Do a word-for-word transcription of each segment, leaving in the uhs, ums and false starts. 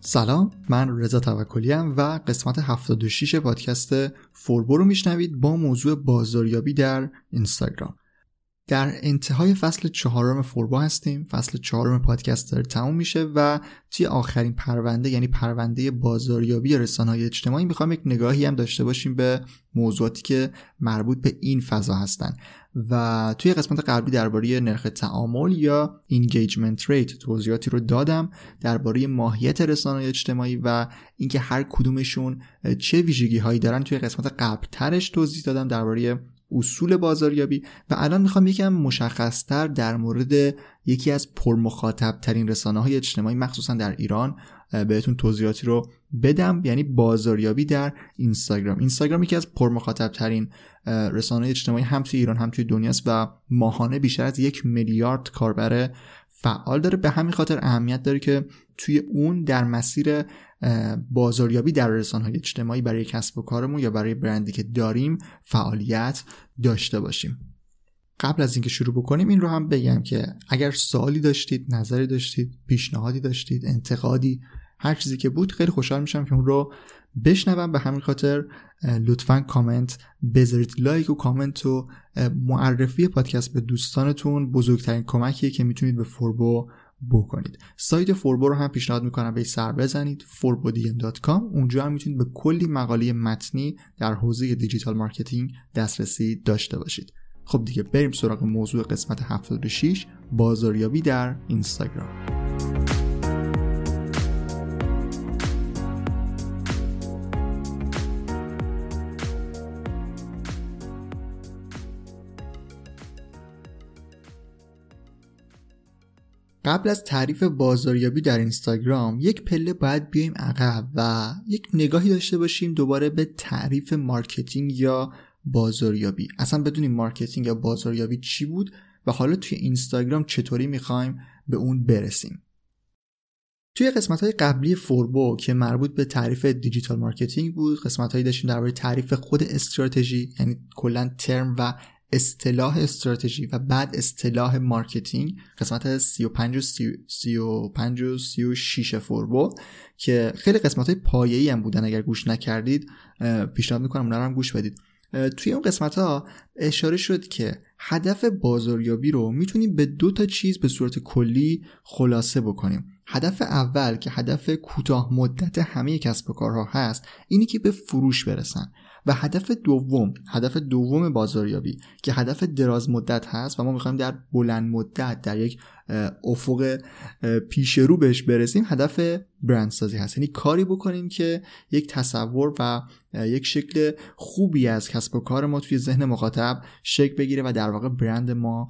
سلام، من رضا توکلی ام و قسمت هفتاد و شش پادکست فوربو رو میشنوید با موضوع بازاریابی در اینستاگرام. در انتهای فصل چهارم فوربو هستیم. فصل چهارم پادکست داره تموم میشه و توی آخرین پرونده، یعنی پرونده بازاریابی رسانه‌های اجتماعی، میخوام یک نگاهی هم داشته باشیم به موضوعاتی که مربوط به این فضا هستن. و توی قسمت قبلی درباره نرخ تعامل یا engagement rate توضیحاتی رو دادم درباره ماهیت رسانه‌های اجتماعی و اینکه هر کدومشون چه ویژگی هایی دارن. توی قسمت قبل ترش توضیح دادم درباره اصول بازاریابی و الان میخوام یکم مشخص‌تر در مورد یکی از پرمخاطب ترین رسانه‌های اجتماعی مخصوصا در ایران بهتون توضیحاتی رو بدم، یعنی بازاریابی در اینستاگرام. اینستاگرام یکی از پرمخاطب ترین رسانه‌های اجتماعی هم توی ایران هم توی دنیاست و ماهانه بیشتر از یک میلیارد کاربر فعال داره. به همین خاطر اهمیت داره که توی اون در مسیر بازاریابی در رسانه‌های اجتماعی برای کسب و کارمون یا برای برندی که داریم فعالیت داشته باشیم. قبل از اینکه شروع بکنیم این رو هم بگم که اگر سوالی داشتید، نظری داشتید، پیشنهادی داشتید، انتقادی، هر چیزی که بود، خیلی خوشحال میشم که اون رو بشنوم. به همین خاطر لطفاً کامنت بذارید. لایک و کامنت و معرفی پادکست به دوستانتون بزرگترین کمکیه که میتونید به فوربو بکنید. سایت فوربو رو هم پیشنهاد میکنم به سر بزنید، فوربو دی ام دات کام. اونجا هم میتونید به کلی مقاله متنی در حوزه دیجیتال مارکتینگ دسترسی داشته باشید. خب دیگه بریم سراغ موضوع قسمت هفتاد و شش، بازاریابی در اینستاگرام. قبل از تعریف بازاریابی در اینستاگرام یک پله باید بیایم عقب و یک نگاهی داشته باشیم دوباره به تعریف مارکتینگ یا بازاریابی. اصلا بدونیم مارکتینگ یا بازاریابی چی بود و حالا توی اینستاگرام چطوری میخوایم به اون برسیم. توی قسمت‌های قبلی فوربو که مربوط به تعریف دیجیتال مارکتینگ بود، قسمت‌هایی داشتیم درباره تعریف خود استراتژی، یعنی کلاً ترم و اصطلاح استراتژی و بعد اصطلاح مارکتینگ، قسمت سی و پنج و سی و پنج و سی و شش فوربو که خیلی قسمت‌های پایه‌ای هم بودن. اگر گوش نکردید پیشنهاد می‌کنم اونها رو هم گوش بدید. توی اون قسمت‌ها اشاره شد که هدف بازاریابی رو میتونیم به دو تا چیز به صورت کلی خلاصه بکنیم. هدف اول که هدف کوتاه مدت همه کسب و کارها هست، اینی که به فروش برسن، و هدف دوم، هدف دوم بازاریابی که هدف دراز مدت هست و ما میخوایم در بلند مدت در یک افق پیش رو بهش برسیم، هدف برندسازی هست. یعنی کاری بکنیم که یک تصور و یک شکل خوبی از کسب و کار ما توی ذهن مخاطب شکل بگیره و در واقع برند ما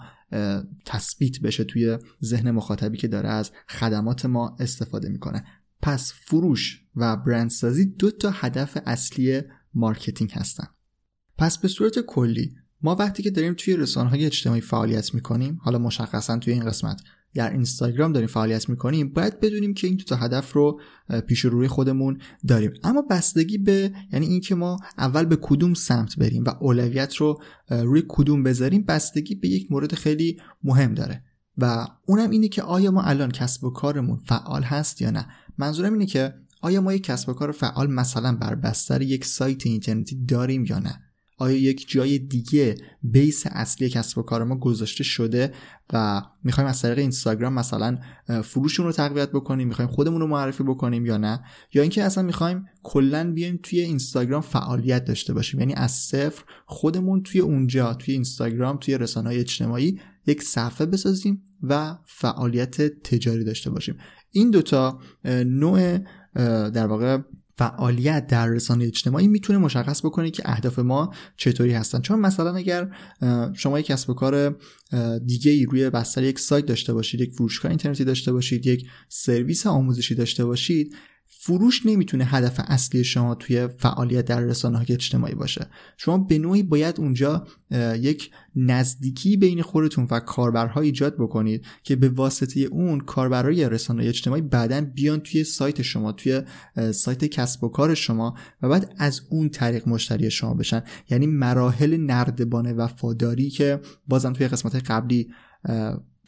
تثبیت بشه توی ذهن مخاطبی که داره از خدمات ما استفاده میکنه. پس فروش و برندسازی دو تا هدف اصلی مارکتینگ هستن. پس به صورت کلی ما وقتی که داریم توی رسانه‌های اجتماعی فعالیت میکنیم، حالا مشخصا توی این قسمت در اینستاگرام داریم فعالیت میکنیم، باید بدونیم که این دو تا هدف رو پیش روی خودمون داریم. اما بستگی به، یعنی این که ما اول به کدوم سمت بریم و اولویت رو روی کدوم بذاریم، بستگی به یک مورد خیلی مهم داره و اونم اینه که آیا ما الان کسب و کارمون فعال هست یا نه. منظورم اینه که آیا ما یک کسب و کار فعال مثلا بر بستر یک سایت اینترنتی داریم یا نه؟ آیا یک جای دیگه بیس اصلی کسب و کار ما گذاشته شده و میخوایم از طریق اینستاگرام مثلا فروشون رو تقویت بکنیم، میخوایم خودمون رو معرفی بکنیم یا نه؟ یا اینکه اصلا میخوایم کلاً بیایم توی اینستاگرام فعالیت داشته باشیم، یعنی از صفر خودمون توی اونجا توی اینستاگرام توی رسانه‌های اجتماعی یک صفحه بسازیم و فعالیت تجاری داشته باشیم. این دوتا نوع در واقع فعالیت در رسانه اجتماعی میتونه مشخص بکنه که اهداف ما چطوری هستن. چون مثلا اگر شما یک کسب و کار دیگه ای روی بستر یک سایت داشته باشید، یک فروشگاه اینترنتی داشته باشید، یک سرویس آموزشی داشته باشید، فروش نمیتونه هدف اصلی شما توی فعالیت در رسانه‌های اجتماعی باشه. شما به نوعی باید اونجا یک نزدیکی بین خودتون و کاربرها ایجاد بکنید که به واسطه اون کاربرای رسانه‌های اجتماعی بعداً بیان توی سایت شما، توی سایت کسب و کار شما و بعد از اون طریق مشتری شما بشن. یعنی مراحل نردبان وفاداری که بازم توی قسمت قبلی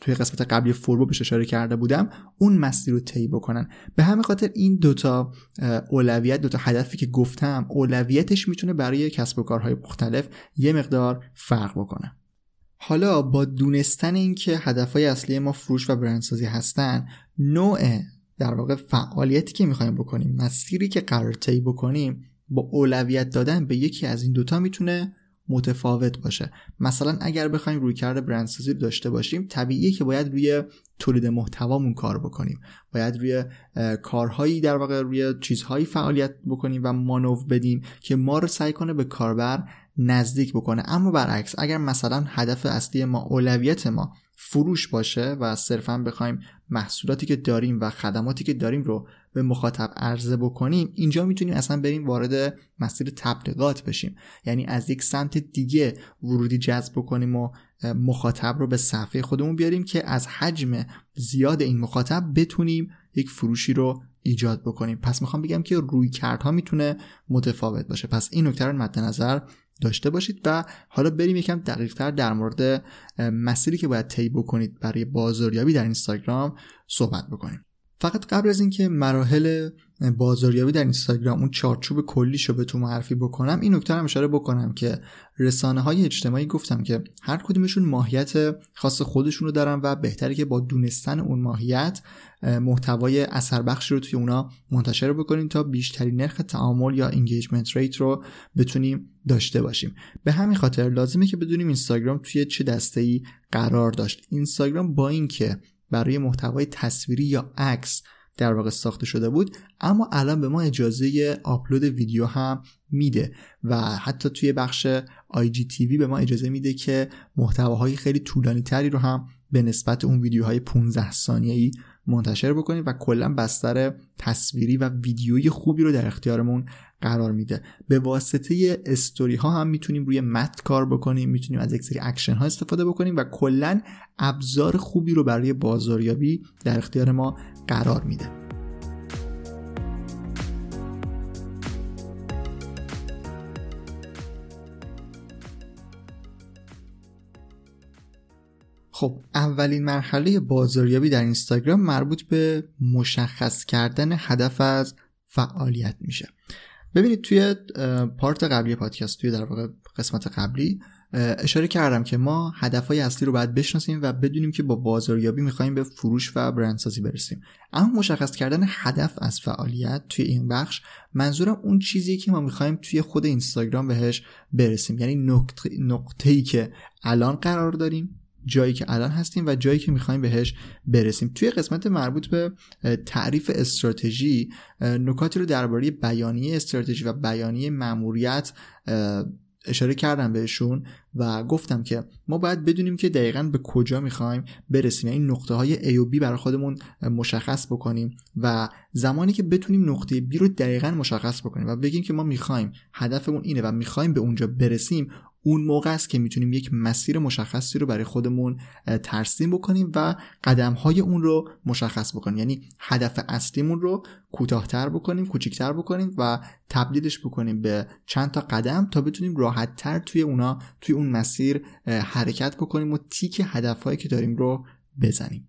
توی قسمت قبلی فوربو بهش اشاره کرده بودم اون مسیر رو طی بکنن. به همین خاطر این دوتا اولویت، دوتا هدفی که گفتم، اولویتش میتونه برای کسب و کارهای مختلف یه مقدار فرق بکنه. حالا با دونستن این که هدفهای اصلی ما فروش و برندسازی هستن، نوع در واقع فعالیتی که میخوایم بکنیم، مسیری که قرار طی بکنیم، با اولویت دادن به یکی از این دوتا میتونه متفاوت باشه. مثلا اگر بخوایم رویکرد برندسازی داشته باشیم، طبیعیه که باید روی تولید محتوامون کار بکنیم، باید روی کارهایی در واقع روی چیزهایی فعالیت بکنیم و مانور بدیم که ما رو سعی کنه به کاربر نزدیک بکنه. اما برعکس اگر مثلا هدف اصلی ما، اولویت ما فروش باشه و صرفا بخوایم محصولاتی که داریم و خدماتی که داریم رو به مخاطب عرضه بکنیم، اینجا میتونیم اصلا بریم وارد مسیر تبلیغات بشیم، یعنی از یک سمت دیگه ورودی جذب بکنیم و مخاطب رو به صفحه خودمون بیاریم که از حجم زیاد این مخاطب بتونیم یک فروشی رو ایجاد بکنیم. پس میخوام بگم که رویکردها میتونه متفاوت باشه. پس این نکته رو مد نظر داشته باشید و حالا بریم یکم دقیق‌تر در مورد مسیری که باید طی بکنید برای بازاریابی در اینستاگرام صحبت بکنیم. فقط قبل از اینکه مراحل بازاریابی در اینستاگرام اون چارچوب کلیشو بهتون معرفی بکنم، این نکته رو اشاره بکنم که رسانه‌های اجتماعی گفتم که هر کدومشون ماهیت خاص خودشون رو دارن و بهتره که با دونستن اون ماهیت محتوای اثر بخشی رو توی اونا منتشر بکنیم تا بیشترین نرخ تعامل یا انگیجمنت ریت رو بتونیم داشته باشیم. به همین خاطر لازمه که بدونیم اینستاگرام توی چه دسته‌ای قرار داشت. اینستاگرام با اینکه برای محتوای تصویری یا عکس در واقع ساخته شده بود، اما الان به ما اجازه آپلود ویدیو هم میده و حتی توی بخش آی جی تی وی به ما اجازه میده که محتواهای خیلی طولانی تری رو هم به نسبت اون ویدیوهای پانزده ثانیه‌ای منتشر بکنیم و کلا بستر تصویری و ویدیویی خوبی رو در اختیارمون قرار میده. به واسطه استوری ها هم میتونیم روی متن کار بکنیم، میتونیم از یک سری اکشن ها استفاده بکنیم و کلا ابزار خوبی رو برای بازاریابی در اختیار ما قرار میده. خب اولین مرحله بازاریابی در اینستاگرام مربوط به مشخص کردن هدف از فعالیت میشه. ببینید توی پارت قبلی پادکست، توی در واقع قسمت قبلی اشاره کردم که ما هدفهای اصلی رو باید بشناسیم و بدونیم که با بازاریابی میخوایم به فروش و برندسازی برسیم. اما مشخص کردن هدف از فعالیت توی این بخش، منظورم اون چیزی که ما میخوایم توی خود اینستاگرام بهش برسیم، یعنی نقطه نقطه‌ای که الان قرار داریم، جایی که الان هستیم و جایی که میخوایم بهش برسیم. توی قسمت مربوط به تعریف استراتژی نکاتی رو درباره بیانیه استراتژی و بیانیه ماموریت اشاره کردم بهشون و گفتم که ما باید بدونیم که دقیقاً به کجا میخوایم برسیم، یعنی نقطه های A و B برای خودمون مشخص بکنیم و زمانی که بتونیم نقطه B رو دقیقاً مشخص بکنیم و بگیم که ما میخوایم، هدفمون اینه و میخوایم به اونجا برسیم، اون موقع است که میتونیم یک مسیر مشخصی رو برای خودمون ترسیم بکنیم و قدم‌های اون رو مشخص بکنیم، یعنی هدف اصلیمون رو کوتاه‌تر بکنیم، کوچیک‌تر بکنیم و تبدیلش بکنیم به چند تا قدم تا بتونیم راحت‌تر توی اونا توی اون مسیر حرکت بکنیم و تیک هدف‌هایی که داریم رو بزنیم.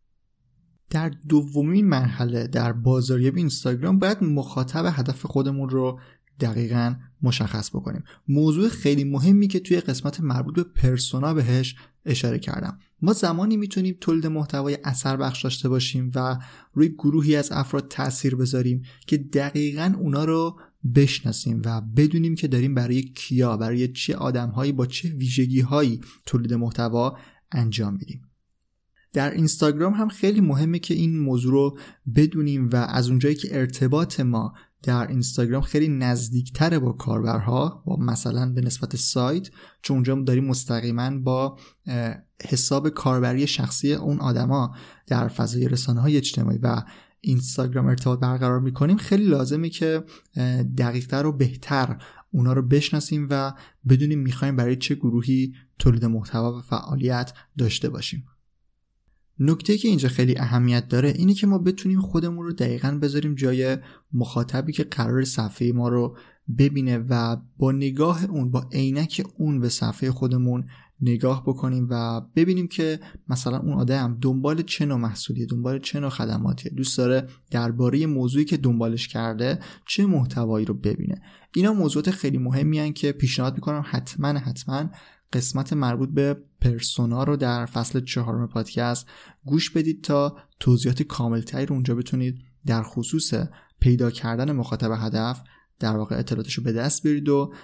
در دومین مرحله در بازاریابی اینستاگرام باید مخاطب هدف خودمون رو دقیقاً مشخص بکنیم. موضوع خیلی مهمی که توی قسمت مربوط به پرسونا بهش اشاره کردم. ما زمانی میتونیم تولید محتوای اثر بخش داشته باشیم و روی گروهی از افراد تأثیر بذاریم که دقیقاً اونا رو بشناسیم و بدونیم که داریم برای کیا، برای چه آدم‌هایی با چه ویژگی‌هایی تولید محتوا انجام میدیم. در اینستاگرام هم خیلی مهمه که این موضوع رو بدونیم و از اونجایی که ارتباط ما در اینستاگرام خیلی نزدیکتره با کاربرها، با مثلا به نسبت سایت، چون اونجا داریم مستقیما با حساب کاربری شخصی اون آدما در فضای رسانه‌های اجتماعی و اینستاگرام ارتباط برقرار میکنیم، خیلی لازمه که دقیق‌تر و بهتر اونا رو بشناسیم و بدونیم میخوایم برای چه گروهی تولید محتوا و فعالیت داشته باشیم. نکته که اینجا خیلی اهمیت داره اینه که ما بتونیم خودمون رو دقیقاً بذاریم جای مخاطبی که قرار صفحه ما رو ببینه و با نگاه اون، با عینک اون به صفحه خودمون نگاه بکنیم و ببینیم که مثلا اون آدم دنبال چه نوع محصولیه، دنبال چه نوع خدماتیه، دوست داره درباره موضوعی که دنبالش کرده چه محتوایی رو ببینه. اینا موضوعات خیلی مهمی هستن که پیشنهاد میکنم حتما حتما قسمت مربوط به پرسونا رو در فصل چهارم پادکست گوش بدید تا توضیحات کاملتری رو اونجا بتونید در خصوص پیدا کردن مخاطب هدف در واقع اطلاعاتش رو به دست بیارید و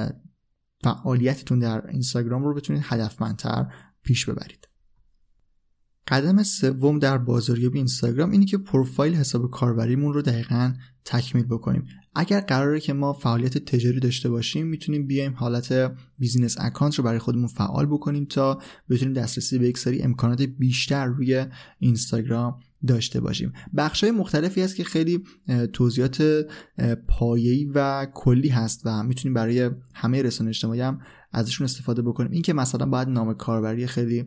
فعالیتتون در اینستاگرام رو بتونید هدفمندتر پیش ببرید. قدم سوم در بازاریابی اینستاگرام اینه که پروفایل حساب کاربریمون رو دقیقاً تکمیل بکنیم. اگر قراره که ما فعالیت تجاری داشته باشیم میتونیم بیایم حالت بیزینس اکانت رو برای خودمون فعال بکنیم تا بتونیم دسترسی به یک سری امکانات بیشتر روی اینستاگرام داشته باشیم. بخشای مختلفی هست که خیلی توضیحات پایه‌ای و کلی هست و میتونیم برای همه رسانه‌های اجتماعی هم ازشون استفاده بکنیم. این که مثلا باید نام کاربری خیلی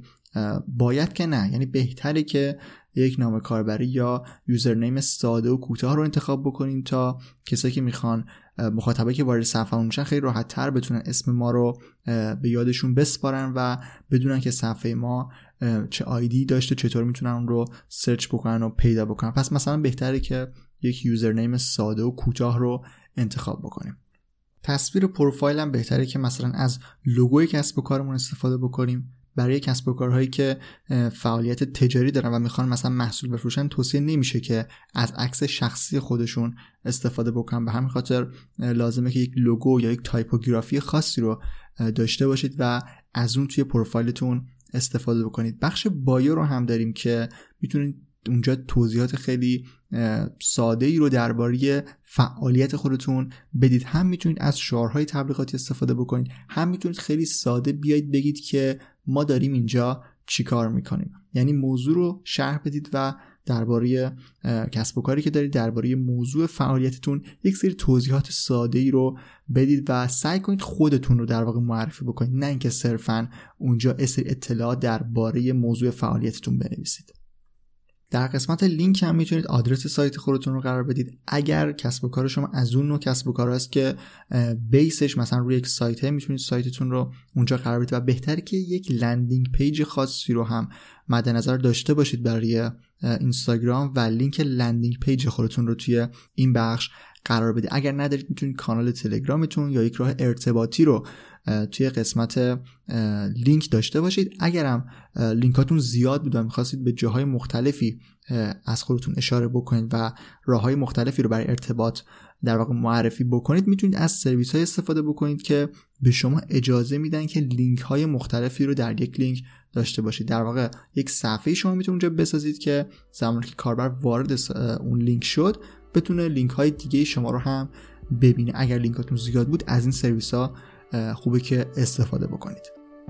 باید که نه، یعنی بهتره که یک نام کاربری یا یوزرنیم ساده و کوتاه رو انتخاب بکنیم تا کسایی که میخوان مخاطبایی که وارد صفحه میشن خیلی راحت تر بتونن اسم ما رو به یادشون بسپارن و بدونن که صفحه ما چه آیدی داشته، چطور میتونن اون رو سرچ بکنن و پیدا بکنن. پس مثلا بهتره که یک یوزرنیم ساده و کوتاه رو انتخاب بکنیم. تصویر پروفایل هم بهتره که مثلا از لوگوی کسب و کارمون استفاده بکنیم. برای کسب و کارهایی که فعالیت تجاری دارن و میخوان مثلا محصول بفروشن توصیه نمیشه که از عکس شخصی خودشون استفاده بکنن. به همین خاطر لازمه که یک لوگو یا یک تایپوگرافی خاصی رو داشته باشید و از اون توی پروفایلتون استفاده بکنید. بخش بایو رو هم داریم که میتونید اونجا توضیحات خیلی ساده ای رو درباره فعالیت خودتون بدید. هم میتونید از شعارهای تبلیغاتی استفاده بکنید، هم میتونید خیلی ساده بیایید بگید که ما داریم اینجا چی کار میکنیم. یعنی موضوع رو شرح بدید و درباره کسب و کاری که دارید، درباره موضوع فعالیتتون یک سری توضیحات ساده ای رو بدید و سعی کنید خودتون رو در واقع معرفی بکنید، نه اینکه صرفاً اونجا سری اطلاعات درباره موضوع فعالیتتون بنویسید. در قسمت لینک هم میتونید آدرس سایت خودتون رو قرار بدید. اگر کسب و کار شما از اون نوع کسب و کار هست که بیسش مثلا روی یک سایته، میتونید سایتتون رو اونجا قرار بدید و بهتره که یک لندینگ پیج خاصی رو هم مد نظر داشته باشید برای اینستاگرام و لینک لندینگ پیج خودتون رو توی این بخش قرار بدید. اگر ندارید میتونید کانال تلگرامتون یا یک راه ارتباطی رو توی قسمت لینک داشته باشید. اگرم لینکاتون زیاد بود و می‌خواستید به جاهای مختلفی از خودتون اشاره بکنید و راههای مختلفی رو برای ارتباط در واقع معرفی بکنید، میتونید از سرویس‌های استفاده بکنید که به شما اجازه میدن که لینک‌های مختلفی رو در یک لینک داشته باشید. در واقع یک صفحه شما میتونید اونجا بسازید که زمانی که کاربر وارد اون لینک شد بتونه لینک‌های دیگه شما رو هم ببینه. اگر لینکاتون زیاد بود از این سرویس‌ها خوبه که استفاده بکنید.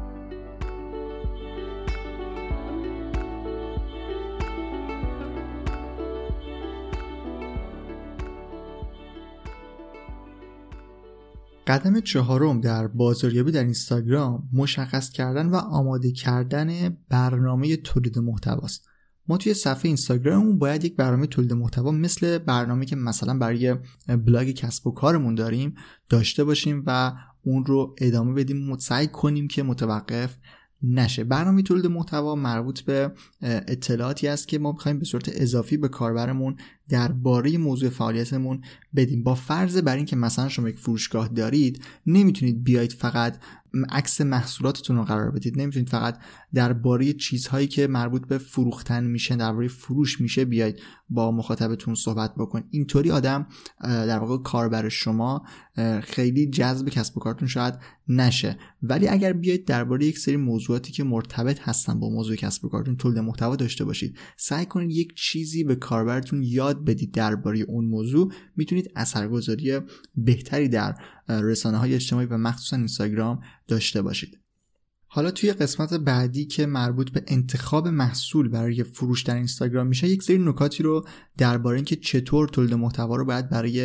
قدم چهارم در بازاریابی در اینستاگرام مشخص کردن و آماده کردن برنامه تولید محتواست. ما توی صفحه اینستاگراممون باید یک برنامه تولید محتوا مثل برنامه‌ای که مثلا برای بلاگ کسب و کارمون داریم داشته باشیم و اون رو ادامه بدیم و سعی کنیم که متوقف نشه. برنامه تولید محتوا مربوط به اطلاعاتی است که ما می‌خوایم به صورت اضافی به کاربرمون درباره موضوع فعالیتمون بدیم. با فرض بر این که مثلا شما یک فروشگاه دارید، نمیتونید بیایید فقط عکس محصولاتتون رو قرار بدید، نمیتونید فقط درباره چیزهایی که مربوط به فروختن میشه، درباره فروش میشه بیایید با مخاطبتون صحبت بکنید. اینطوری آدم در واقع کاربر شما خیلی جذب کسب و کارتون شاید نشه. ولی اگر بیایید درباره یک سری موضوعاتی که مرتبط هستن با موضوع کسب و کارتون تولید محتوا داشته باشید، سعی کنید یک چیزی به کاربرتون یاد بدید درباره اون موضوع، میتونید اثرگذاری بهتری در رسانه‌های اجتماعی و مخصوصا اینستاگرام داشته باشید. حالا توی قسمت بعدی که مربوط به انتخاب محصول برای فروش در اینستاگرام میشه، یک سری نکاتی رو درباره اینکه چطور تولید محتوا رو باید برای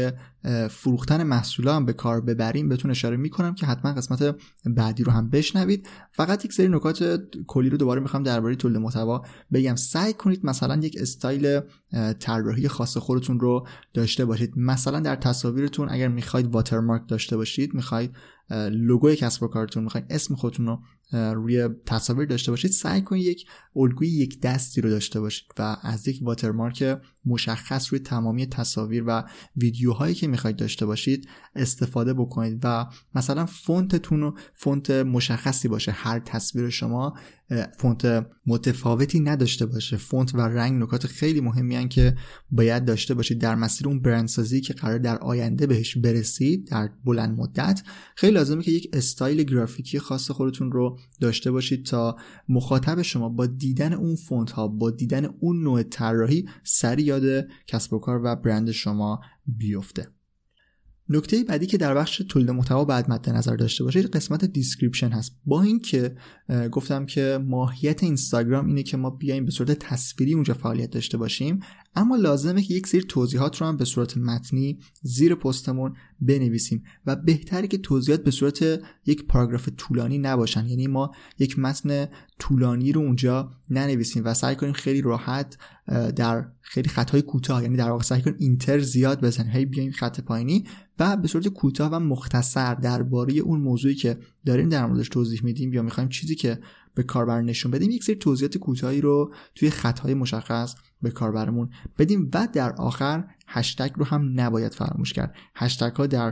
فروختن محصولا هم به کار ببریم بهتون اشاره میکنم که حتما قسمت بعدی رو هم بشنوید. فقط یک سری نکات کلی رو دوباره میخوام درباره تولید محتوا بگم. سعی کنید مثلا یک استایل طراحی خاص خودتون رو داشته باشید. مثلا در تصاویرتون اگر میخواید واترمارک داشته باشید، میخواید لوگوی کسب و کارتون، میخواید اسم خودتون رو روی تصاویر داشته باشید، سعی کنید یک الگوی یک دستی رو داشته باشید و از یک واترمارک مشخص روی تمامی تصاویر و ویدیوهایی که میخواید داشته باشید استفاده بکنید و مثلا فونتتون رو فونت مشخصی باشه، هر تصویر شما فونت متفاوتی نداشته باشه. فونت و رنگ نکات خیلی مهمی هستند که باید داشته باشید در مسیر اون برندسازی که قرار در آینده بهش برسید در بلند مدت. خیلی لازمه که یک استایل گرافیکی خاص خودتون رو داشته باشید تا مخاطب شما با دیدن اون فونت ها، با دیدن اون نوع طراحی سریع یاد کسب و کار و برند شما بیفته. نکته بعدی که در بخش تولید محتوا باید مد نظر داشته باشید قسمت دیسکریپشن هست. با اینکه گفتم که ماهیت اینستاگرام اینه که ما بیایم به صورت تصویری اونجا فعالیت داشته باشیم، اما لازمه که یک سری توضیحات رو هم به صورت متنی زیر پستمون بنویسیم و بهتره که توضیحات به صورت یک پاراگراف طولانی نباشن. یعنی ما یک متن طولانی رو اونجا ننویسیم و سعی کنیم خیلی راحت در خیلی خطهای کوتاه، یعنی در واقع سعی کنیم اینتر زیاد بزنیم، هی بیایم خط پایینی و به صورت کوتاه و مختصر درباره اون موضوعی که داریم در موردش توضیح میدیم یا میخوایم چیزی که به کاربر نشون بدیم یک سری توضیحات کوتاهی رو توی خطهای مشخص به کاربرمون بدیم. و در آخر هشتگ رو هم نباید فراموش کرد. هشتگ ها در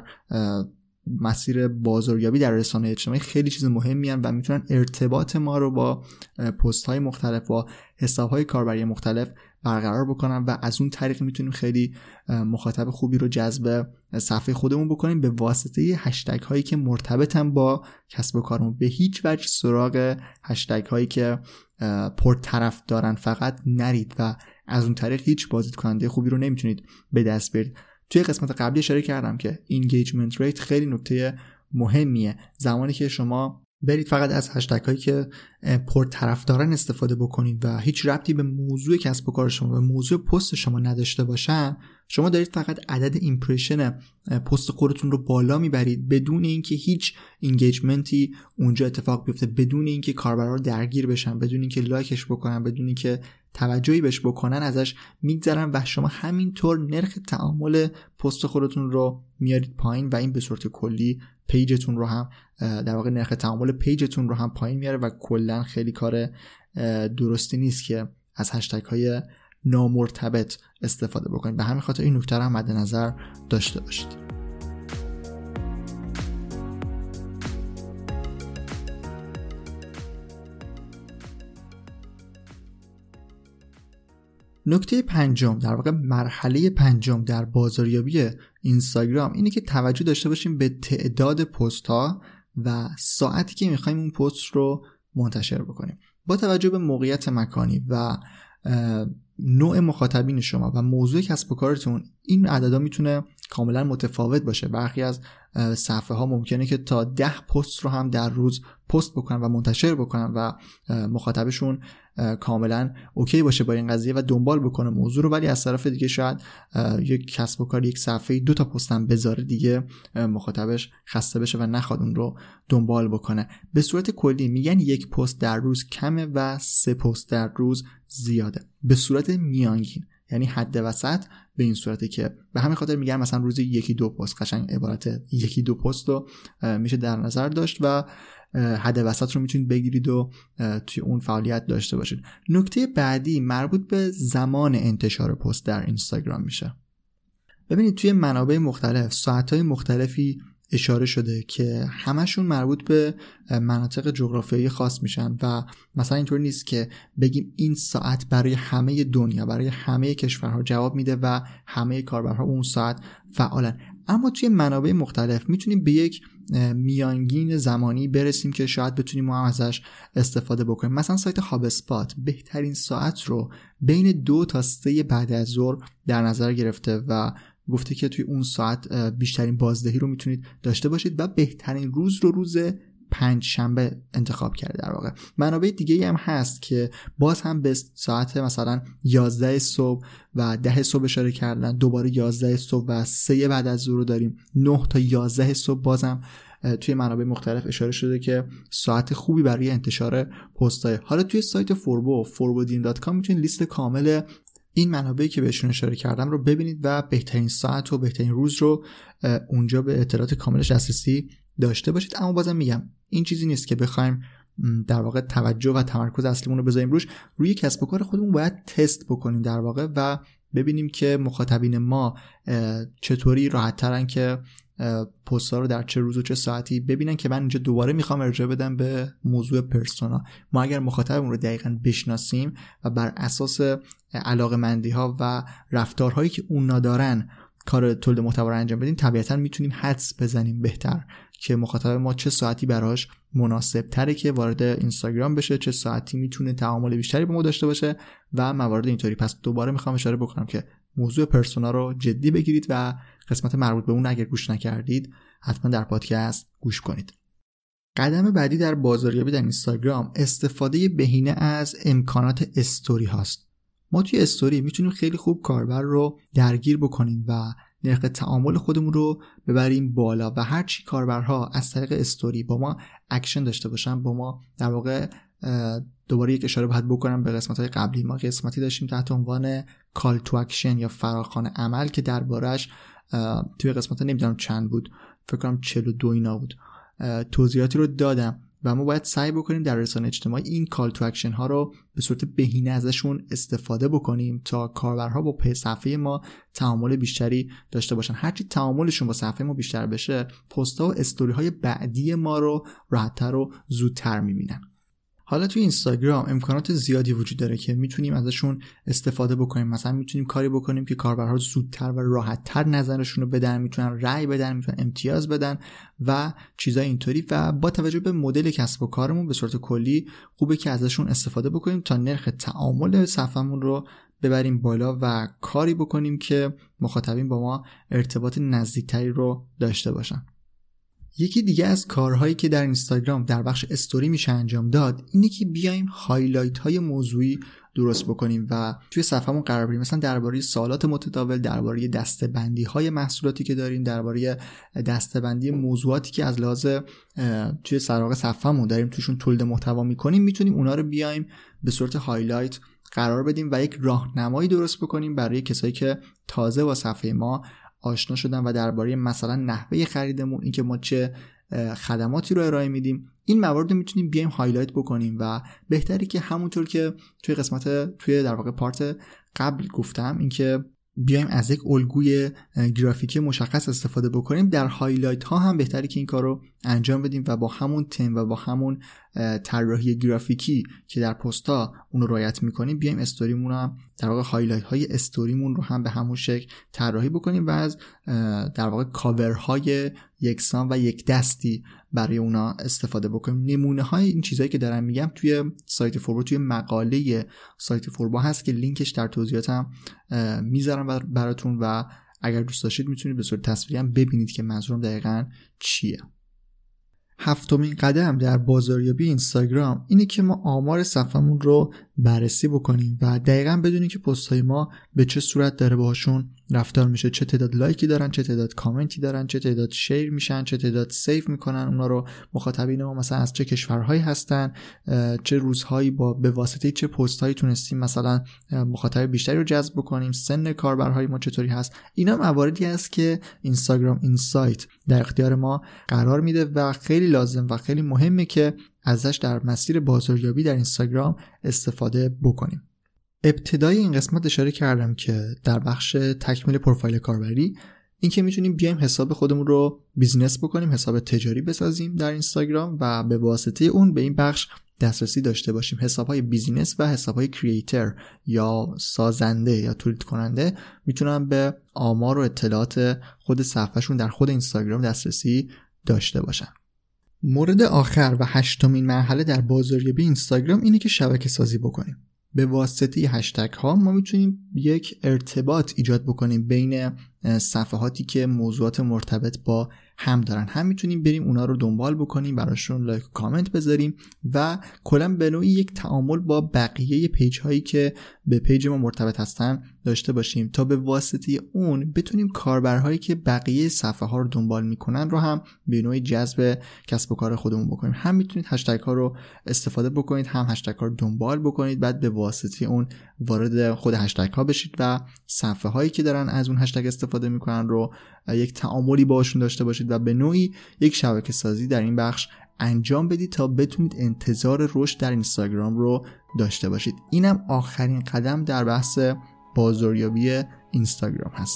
مسیر بازاریابی در رسانه اجتماعی خیلی چیز مهمی هستند و میتونن ارتباط ما رو با پست های مختلف و حساب های کاربری مختلف برقرار بکنن و از اون طریق میتونیم خیلی مخاطب خوبی رو جذب صفحه خودمون بکنیم به واسطه هشتگ هایی که مرتبطن با کسب و کارمون. به هیچ وجه سراغ هشتگ هایی که پرطرف دارن فقط نرید و از اون طریق هیچ بازدید کننده خوبی رو نمیتونید به دست بیارید. توی قسمت قبلی اشاره کردم که اینگیجمنت ریت خیلی نکته مهمیه. زمانی که شما برید فقط از هشتگ هایی که پرطرفدارن استفاده بکنید و هیچ ربطی به موضوع کسب و کار شما به موضوع پست شما نداشته باشن، شما دارید فقط عدد ایمپرشن پست خودتون رو بالا میبرید بدون اینکه هیچ اینگیجمنتی اونجا اتفاق بیفته، بدون اینکه کاربرا درگیر بشن، بدون اینکه لایکش بکنن، بدون اینکه توجهی بهش بکنن ازش میگذرن و شما همینطور نرخ تعامل پست خودتون رو میارید پایین و این به صورت کلی پیجتون رو هم در واقع نرخ تعامل پیجتون رو هم پایین میاره و کلا خیلی کار درستی نیست که از هشتگ های نامرتبط استفاده بکنید. به همین خاطر این نکته رو هم مد نظر داشته باشید. نکته پنجم، در واقع مرحله پنجم در بازاریابی اینستاگرام اینه که توجه داشته باشیم به تعداد پست ها و ساعتی که میخوایم اون پست رو منتشر بکنیم. با توجه به موقعیت مکانی و نوع مخاطبین شما و موضوع کسب و کارتون این عددا میتونه کاملا متفاوت باشه. برخی از صفحه ها ممکنه که تا ده پست رو هم در روز پست بکنن و منتشر بکنن و مخاطبشون کاملا اوکی باشه با این قضیه و دنبال بکنه موضوع رو، ولی از طرف دیگه شاید یک کسب و کار یک صفحه دو تا پست هم بذاره دیگه مخاطبش خسته بشه و نخواد اون رو دنبال بکنه. به صورت کلی میگن یک پست در روز کمه و سه پست در روز زیاده. به صورت میانگین یعنی حد وسط به این صورته که به همین خاطر میگن مثلا روزی یکی دو پست، قشنگ عبارت یکی دو پست رو میشه در نظر داشت و حد وسط رو میتونید بگیرید و توی اون فعالیت داشته باشید. نکته بعدی مربوط به زمان انتشار پست در اینستاگرام میشه. ببینید توی منابع مختلف ساعت‌های مختلفی اشاره شده که همشون مربوط به مناطق جغرافیایی خاص میشن و مثلا اینطور نیست که بگیم این ساعت برای همه دنیا برای همه کشورها جواب میده و همه کاربرها اون ساعت فعالن. اما توی منابع مختلف میتونیم به یک میانگین زمانی برسیم که شاید بتونیم ما هم ازش استفاده بکنیم. مثلا سایت هاب اسپات بهترین ساعت رو بین دو تا سه بعد از ظهر در نظر گرفته و گفته که توی اون ساعت بیشترین بازدهی رو میتونید داشته باشید و بهترین روز رو روز پنج شنبه انتخاب کرده. در واقع منابع دیگه هم هست که باز هم به ساعت مثلا یازده صبح و ده صبح اشاره کردن، دوباره یازده صبح و سه بعد از ظهر داریم، نه تا یازده صبح بازم توی منابع مختلف اشاره شده که ساعت خوبی برای انتشار پست‌های. حالا توی سایت فوربو فوربودین دات کام میتونید لیست کامل این منابعی که بهشون اشاره کردم رو ببینید و بهترین ساعت و بهترین روز رو اونجا به اطلاعات کاملش دسترسی داشته باشید. اما بازم میگم این چیزی نیست که بخوایم در واقع توجه و تمرکز اصلیمون رو بذاریم روش. روی کسب و کار خودمون باید تست بکنیم در واقع و ببینیم که مخاطبین ما چطوری راحت ترن که پست‌ها رو در چه روز و چه ساعتی ببینن که من اینجا دوباره میخوام ارجاع بدم به موضوع پرسونا. ما اگر مخاطبمون رو دقیقاً بشناسیم و بر اساس علاقه‌مندی‌ها و رفتارهایی که اونا دارن کار تولید محتوا رو انجام بدیم، طبیعتاً میتونیم حدس بزنیم بهتر که مخاطب ما چه ساعتی براش مناسب تره که وارد اینستاگرام بشه، چه ساعتی میتونه تعامل بیشتری با ما داشته باشه و موارد اینطوری. پس دوباره میخوام اشاره بکنم که موضوع پرسونا رو جدی بگیرید و قسمت مربوط به اون اگر گوش نکردید حتما در پادکست گوش کنید. قدم بعدی در بازاریابی در اینستاگرام استفاده بهینه از امکانات استوری هاست. ما توی استوری میتونیم خیلی خوب کاربر رو درگیر بکنیم و نرخ تعامل خودمون رو ببریم بالا و هر چی کاربرها از طریق استوری با ما اکشن داشته باشن، با ما در واقع دوباره یک اشاره باید بکنم به قسمت‌های قبلی. ما قسمتی داشتیم تحت عنوان کال تو اکشن یا فراخوان عمل که دربارش توی قسمت نمیدونم چند بود، فکر کنم چهل و دو اینا بود، توضیحاتی رو دادم و ما باید سعی بکنیم در رسانه اجتماعی این کال تو اکشن ها رو به صورت بهینه ازشون استفاده بکنیم تا کاربرها با پی صفحه ما تعامل بیشتری داشته باشن. هرچی تعاملشون با صفحه ما بیشتر بشه، پست‌ها و استوری های بعدی ما رو راحت‌تر و زودتر می‌بینن. حالا توی اینستاگرام امکانات زیادی وجود داره که میتونیم ازشون استفاده بکنیم. مثلا میتونیم کاری بکنیم که کاربرها زودتر و راحتتر نظرشون رو بدن، میتونن رأی بدن، میتونن امتیاز بدن و چیزای اینطوری. و با توجه به مدل کسب و کارمون به صورت کلی خوبه که ازشون استفاده بکنیم تا نرخ تعامل صفحمون رو ببریم بالا و کاری بکنیم که مخاطبین با ما ارتباط نزدیکتری رو داشته باشن. یکی دیگه از کارهایی که در اینستاگرام در بخش استوری میشه انجام داد اینه که بیایم هایلایت های موضوعی درست بکنیم و توی صفحمون قرار بدیم. مثلا درباره سوالات متداول، درباره دسته‌بندی های محصولاتی که داریم، درباره دسته‌بندی موضوعاتی که از لحاظ توی سراغ صفحمون داریم توشون تولید محتوا میکنیم، میتونیم اونا رو بیایم به صورت هایلایت قرار بدیم و یک راهنمایی درست بکنیم برای کسایی که تازه با صفحه ما آشنا شدن و درباره مثلا نحوه خریدمون، اینکه ما چه خدماتی رو ارائه میدیم، این موارد رو میتونیم بیایم هایلایت بکنیم. و بهتره که همونطور که توی قسمت توی در واقع پارت قبل گفتم، اینکه بیایم از یک الگوی گرافیکی مشخص استفاده بکنیم، در هایلایت ها هم بهتره که این کار رو انجام بدیم و با همون تم و با همون طراحی گرافیکی که در پستا اون رو رعایت میکنیم بیایم استوریمون رو هم در واقع هایلایت های استوریمون رو هم به همون شکل طراحی بکنیم و از در واقع کاورهای یکسان و یک دستی برای اونا استفاده بکنیم. نمونه های این چیزایی که دارم میگم توی سایت فوربو، توی مقاله سایت فوربو هست که لینکش در توضیحاتم میذارم براتون و اگر دوست داشتید میتونید به صورت تصویری هم ببینید که منظورم دقیقاً چیه. هفتمین قدم در بازاریابی اینستاگرام اینه که ما آمار صفحمون رو بررسی بکنیم و دقیقاً بدونیم که پست‌های ما به چه صورت داره باهاشون رفتار میشه، چه تعداد لایکی دارن، چه تعداد کامنتی دارن، چه تعداد شیر میشن، چه تعداد سیو میکنن اونا رو، مخاطبین ما مثلا از چه کشورهایی هستن، چه روزهایی با به واسطه چه پست‌هایی تونستیم مثلا مخاطب بیشتری رو جذب بکنیم، سن کاربرهای ما چطوری هست. اینا مواردی است که اینستاگرام اینسایت در اختیار ما قرار میده و خیلی لازم و خیلی مهمه که ازش در مسیر بازاریابی در اینستاگرام استفاده بکنیم. ابتدای این قسمت اشاره کردم که در بخش تکمیل پروفایل کاربری این که میتونیم بیایم حساب خودمون رو بیزینس بکنیم، حساب تجاری بسازیم در اینستاگرام و به واسطه اون به این بخش دسترسی داشته باشیم. حساب‌های بیزینس و حساب‌های کریئتر یا سازنده یا تولید کننده میتونن به آمار و اطلاعات خود صفحهشون در خود اینستاگرام دسترسی داشته باشن. مورد آخر و هشتمین مرحله در بازاریابی اینستاگرام اینه که شبکه سازی بکنیم. به واسطه هشتگ ها ما میتونیم یک ارتباط ایجاد بکنیم بین صفحاتی که موضوعات مرتبط با هم دارن. هم میتونیم بریم اونا رو دنبال بکنیم، براشون لایک و کامنت بذاریم و کلا به نوعی یک تعامل با بقیه پیج هایی که به پیج ما مرتبط هستن داشته باشیم تا به واسطه اون بتونیم کاربرهایی که بقیه صفحه ها رو دنبال میکنن رو هم به نوعی جذب کسب و کار خودمون بکنیم. هم میتونید هشتگ ها رو استفاده بکنید، هم هشتگ ها رو دنبال بکنید، بعد به واسطه اون وارد خود هشتگ ها بشید و صفحه هایی که دارن از اون هشتگ استفاده میکنن رو یک تعاملی باشون داشته باشید و به نوعی یک شبکه سازی در این بخش انجام بدید تا بتونید انتظار رشد در اینستاگرام رو داشته باشید. اینم آخرین قدم در بحث بازاریابی اینستاگرام هست.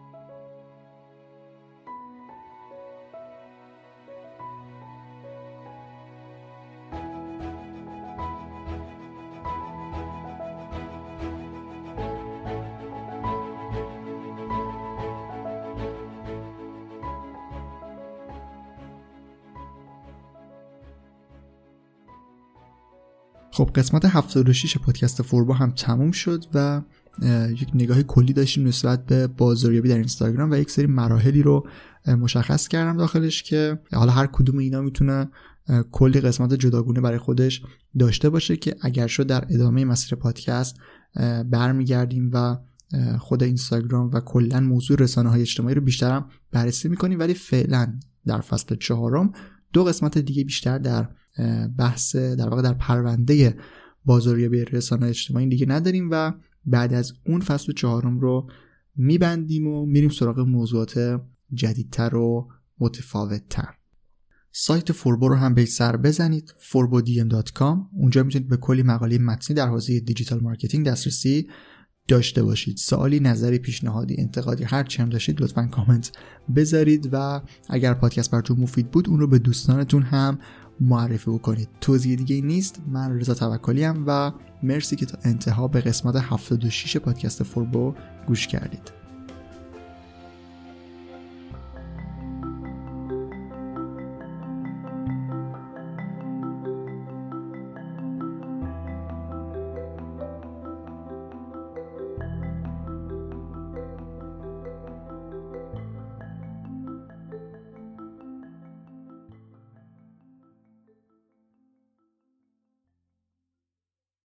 خب قسمت هفتاد و شش پادکست فوربو هم تموم شد و یک نگاه کلی داشتیم نسبت به بازاریابی در اینستاگرام و یک سری مراحلی رو مشخص کردم داخلش که حالا هر کدوم اینا میتونه کلی قسمت جداگونه برای خودش داشته باشه که اگر شد در ادامه مسیر پادکست برمیگردیم و خود اینستاگرام و کلا موضوع رسانه‌های اجتماعی رو بیشتر هم بررسی میکنیم. ولی فعلا در فصل چهارم دو قسمت دیگه بیشتر در بحث در واقع در پرونده بازاریابی رسانه‌های اجتماعی دیگه نداریم و بعد از اون فصل چهارم رو میبندیم و میریم سراغ موضوعات جدیدتر و متفاوتتر. سایت فوربو رو هم به سر بزنید، فوربو دی ام دات کام. اونجا میتونید به کلی مقاله متنی در حوزه دیجیتال مارکتینگ دسترسی داشته باشید. سوالی، نظری، پیشنهادی، انتقادی هر چی هم داشتید لطفاً کامنت بذارید و اگر پادکست براتون مفید بود اون رو به دوستانتون هم معرفی بکنید. توضیح دیگه نیست. من رضا توکلی ام و مرسی که تا انتها به قسمت هفتاد و شش پادکست فوربو گوش کردید.